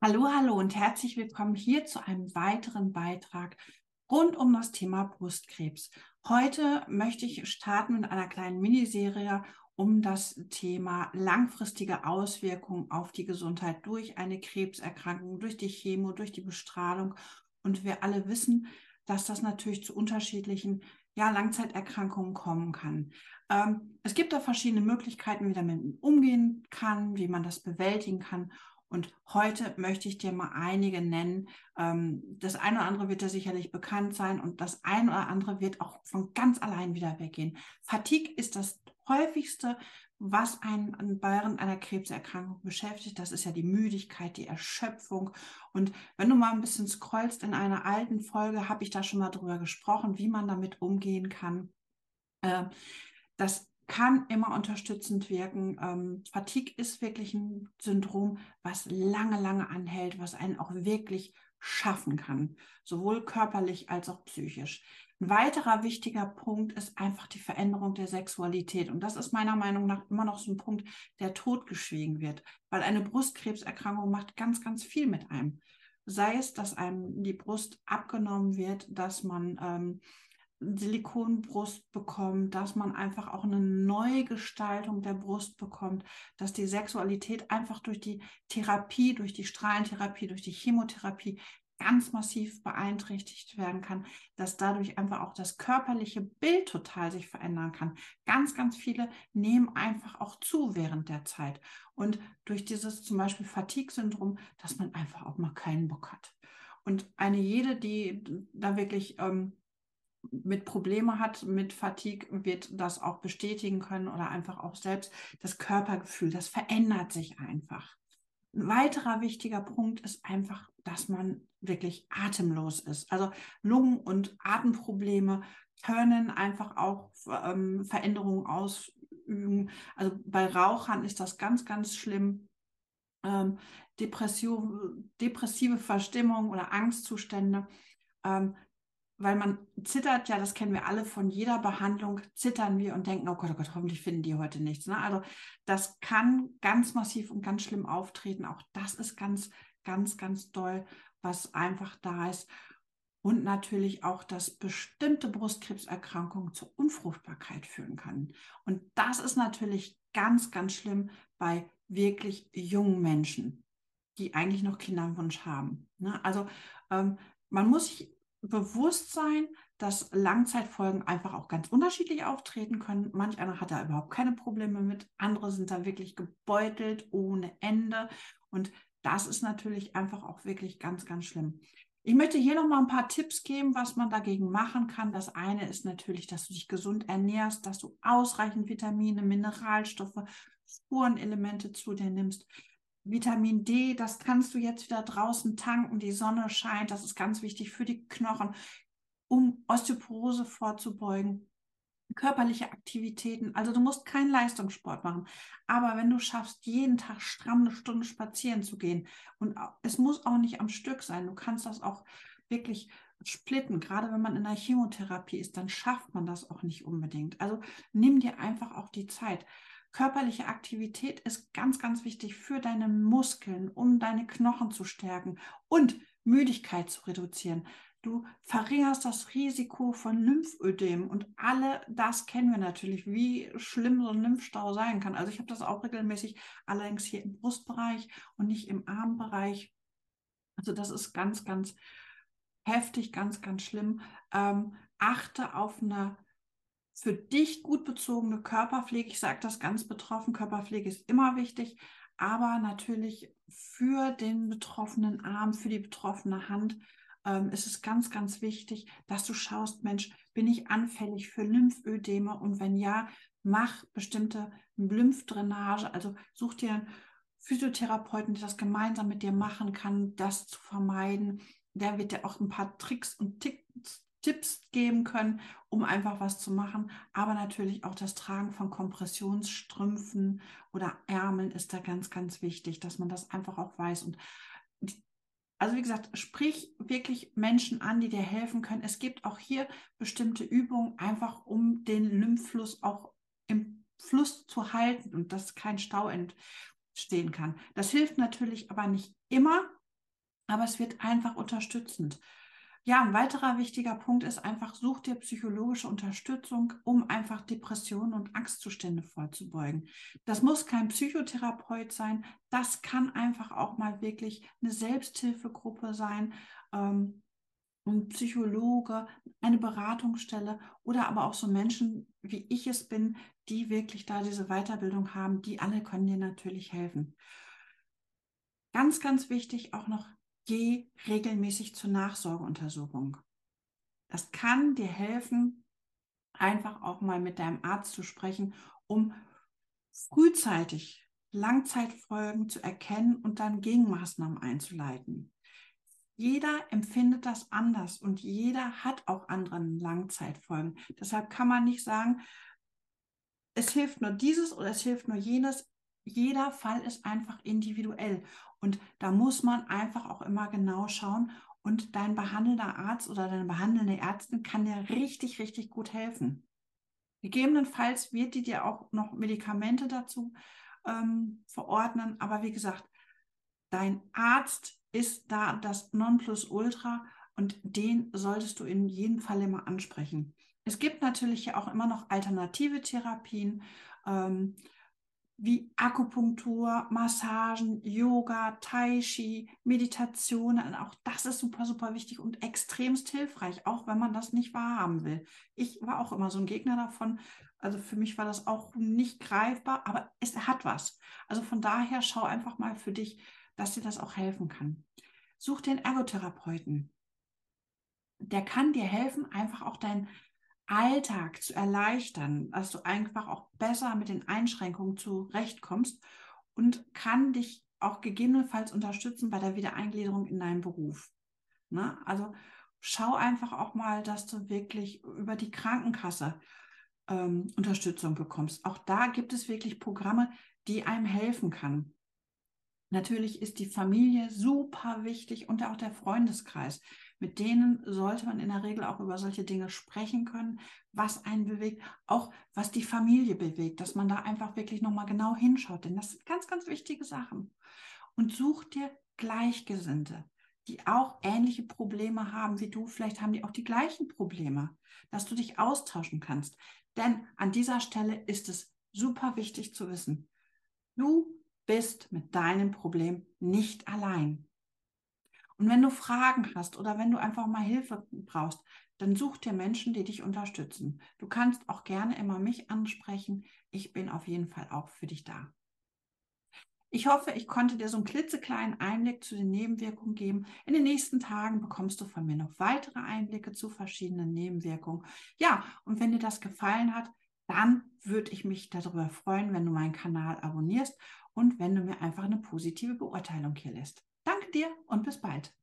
Hallo, hallo und herzlich willkommen hier zu einem weiteren Beitrag rund um das Thema Brustkrebs. Heute möchte ich starten mit einer kleinen Miniserie um das Thema langfristige Auswirkungen auf die Gesundheit durch eine Krebserkrankung, durch die Chemo, durch die Bestrahlung. Und wir alle wissen, dass das natürlich zu unterschiedlichen Langzeiterkrankungen kommen kann. Es gibt da verschiedene Möglichkeiten, wie damit umgehen kann, wie man das bewältigen kann. Und heute möchte ich dir mal einige nennen. Das eine oder andere wird dir sicherlich bekannt sein und das eine oder andere wird auch von ganz allein wieder weggehen. Fatigue ist das häufigste, was einen während einer Krebserkrankung beschäftigt. Das ist ja die Müdigkeit, die Erschöpfung. Und wenn du mal ein bisschen scrollst in einer alten Folge, habe ich da schon mal drüber gesprochen, wie man damit umgehen kann. Äh, Das kann immer unterstützend wirken. Fatigue ist wirklich ein Syndrom, was lange, lange anhält, was einen auch wirklich schaffen kann, sowohl körperlich als auch psychisch. Ein weiterer wichtiger Punkt ist einfach die Veränderung der Sexualität. Und das ist meiner Meinung nach immer noch so ein Punkt, der totgeschwiegen wird, weil eine Brustkrebserkrankung macht ganz, ganz viel mit einem. Sei es, dass einem die Brust abgenommen wird, dass man Silikonbrust bekommt, dass man einfach auch eine Neugestaltung der Brust bekommt, dass die Sexualität einfach durch die Therapie, durch die Strahlentherapie, durch die Chemotherapie ganz massiv beeinträchtigt werden kann, dass dadurch einfach auch das körperliche Bild total sich verändern kann. Ganz, ganz viele nehmen einfach auch zu während der Zeit. Und durch dieses zum Beispiel Fatigue-Syndrom, dass man einfach auch mal keinen Bock hat. Und eine jede, die da wirklich mit Probleme hat, mit Fatigue, wird das auch bestätigen können oder einfach auch selbst das Körpergefühl, das verändert sich einfach. Ein weiterer wichtiger Punkt ist einfach, dass man wirklich atemlos ist. Also Lungen- und Atemprobleme können einfach auch Veränderungen ausüben. Also bei Rauchern ist das ganz, ganz schlimm. Ähm, depressive Verstimmung oder Angstzustände. Ähm, Weil man zittert, ja, das kennen wir alle von jeder Behandlung, zittern wir und denken, oh Gott, hoffentlich finden die heute nichts. Ne? Also das kann ganz massiv und ganz schlimm auftreten. Auch das ist ganz, ganz, ganz doll, was einfach da ist. Und natürlich auch, dass bestimmte Brustkrebserkrankungen zur Unfruchtbarkeit führen können. Und das ist natürlich ganz, ganz schlimm bei wirklich jungen Menschen, die eigentlich noch Kinderwunsch haben. Ne? Also man muss sich bewusst sein, dass Langzeitfolgen einfach auch ganz unterschiedlich auftreten können. Manch einer hat da überhaupt keine Probleme mit, andere sind da wirklich gebeutelt ohne Ende. Und das ist natürlich einfach auch wirklich ganz, ganz schlimm. Ich möchte hier noch mal ein paar Tipps geben, was man dagegen machen kann. Das eine ist natürlich, dass du dich gesund ernährst, dass du ausreichend Vitamine, Mineralstoffe, Spurenelemente zu dir nimmst. Vitamin D, das kannst du jetzt wieder draußen tanken. Die Sonne scheint, das ist ganz wichtig für die Knochen, um Osteoporose vorzubeugen. Körperliche Aktivitäten, also du musst keinen Leistungssport machen, aber wenn du schaffst, jeden Tag stramm eine Stunde spazieren zu gehen und es muss auch nicht am Stück sein, du kannst das auch wirklich splitten, gerade wenn man in der Chemotherapie ist, dann schafft man das auch nicht unbedingt. Also nimm dir einfach auch die Zeit. Körperliche Aktivität ist ganz, ganz wichtig für deine Muskeln, um deine Knochen zu stärken und Müdigkeit zu reduzieren. Du verringerst das Risiko von Lymphödem und alle das kennen wir natürlich, wie schlimm so ein Lymphstau sein kann. Also ich habe das auch regelmäßig, allerdings hier im Brustbereich und nicht im Armbereich. Also das ist ganz, ganz heftig, ganz, ganz schlimm. Achte auf eine für dich gut bezogene Körperpflege. Ich sage das ganz betroffen, Körperpflege ist immer wichtig, aber natürlich für den betroffenen Arm, für die betroffene Hand ist es ganz, ganz wichtig, dass du schaust, Mensch, bin ich anfällig für Lymphödeme? Und wenn ja, mach bestimmte Lymphdrainage, also such dir einen Physiotherapeuten, der das gemeinsam mit dir machen kann, das zu vermeiden. Der wird dir auch ein paar Tricks und Tipps geben können, um einfach was zu machen. Aber natürlich auch das Tragen von Kompressionsstrümpfen oder Ärmeln ist da ganz, ganz wichtig, dass man das einfach auch weiß. Und also wie gesagt, sprich wirklich Menschen an, die dir helfen können. Es gibt auch hier bestimmte Übungen, einfach um den Lymphfluss auch im Fluss zu halten und dass kein Stau entstehen kann. Das hilft natürlich aber nicht immer. aber es wird einfach unterstützend. Ja, ein weiterer wichtiger Punkt ist einfach, such dir psychologische Unterstützung, um einfach Depressionen und Angstzustände vorzubeugen. Das muss kein Psychotherapeut sein, das kann einfach auch mal wirklich eine Selbsthilfegruppe sein, ein Psychologe, eine Beratungsstelle oder aber auch so Menschen, wie ich es bin, die wirklich da diese Weiterbildung haben, die alle können dir natürlich helfen. Ganz, ganz wichtig auch noch, geh regelmäßig zur Nachsorgeuntersuchung. Das kann dir helfen, einfach auch mal mit deinem Arzt zu sprechen, um frühzeitig Langzeitfolgen zu erkennen und dann Gegenmaßnahmen einzuleiten. Jeder empfindet das anders und jeder hat auch andere Langzeitfolgen. Deshalb kann man nicht sagen, es hilft nur dieses oder es hilft nur jenes. Jeder Fall ist einfach individuell. Und da muss man einfach auch immer genau schauen. Und dein behandelnder Arzt oder deine behandelnde Ärztin kann dir richtig, richtig gut helfen. Gegebenenfalls wird die dir auch noch Medikamente dazu verordnen. Aber wie gesagt, dein Arzt ist da das Nonplusultra und den solltest du in jedem Fall immer ansprechen. Es gibt natürlich ja auch immer noch alternative Therapien, ähm, wie Akupunktur, Massagen, Yoga, Tai Chi, Meditationen. Auch das ist super, super wichtig und extremst hilfreich, auch wenn man das nicht wahrhaben will. Ich war auch immer so ein Gegner davon. Also für mich war das auch nicht greifbar, aber es hat was. Also von daher schau einfach mal für dich, dass dir das auch helfen kann. Such den Ergotherapeuten. Der kann dir helfen, einfach auch deinen Alltag zu erleichtern, dass du einfach auch besser mit den Einschränkungen zurechtkommst und kann dich auch gegebenenfalls unterstützen bei der Wiedereingliederung in deinen Beruf. Ne? Also schau einfach auch mal, dass du wirklich über die Krankenkasse Unterstützung bekommst. Auch da gibt es wirklich Programme, die einem helfen kann. Natürlich ist die Familie super wichtig und auch der Freundeskreis. Mit denen sollte man in der Regel auch über solche Dinge sprechen können, was einen bewegt, auch was die Familie bewegt, dass man da einfach wirklich nochmal genau hinschaut, denn das sind ganz, ganz wichtige Sachen. Und such dir Gleichgesinnte, die auch ähnliche Probleme haben wie du. Vielleicht haben die auch die gleichen Probleme, dass du dich austauschen kannst. Denn an dieser Stelle ist es super wichtig zu wissen, du bist mit deinem Problem nicht allein. Und wenn du Fragen hast oder wenn du einfach mal Hilfe brauchst, dann such dir Menschen, die dich unterstützen. Du kannst auch gerne immer mich ansprechen. Ich bin auf jeden Fall auch für dich da. Ich hoffe, ich konnte dir so einen klitzekleinen Einblick zu den Nebenwirkungen geben. In den nächsten Tagen bekommst du von mir noch weitere Einblicke zu verschiedenen Nebenwirkungen. Ja, und wenn dir das gefallen hat, dann würde ich mich darüber freuen, wenn du meinen Kanal abonnierst und wenn du mir einfach eine positive Beurteilung hier lässt. Danke dir und bis bald.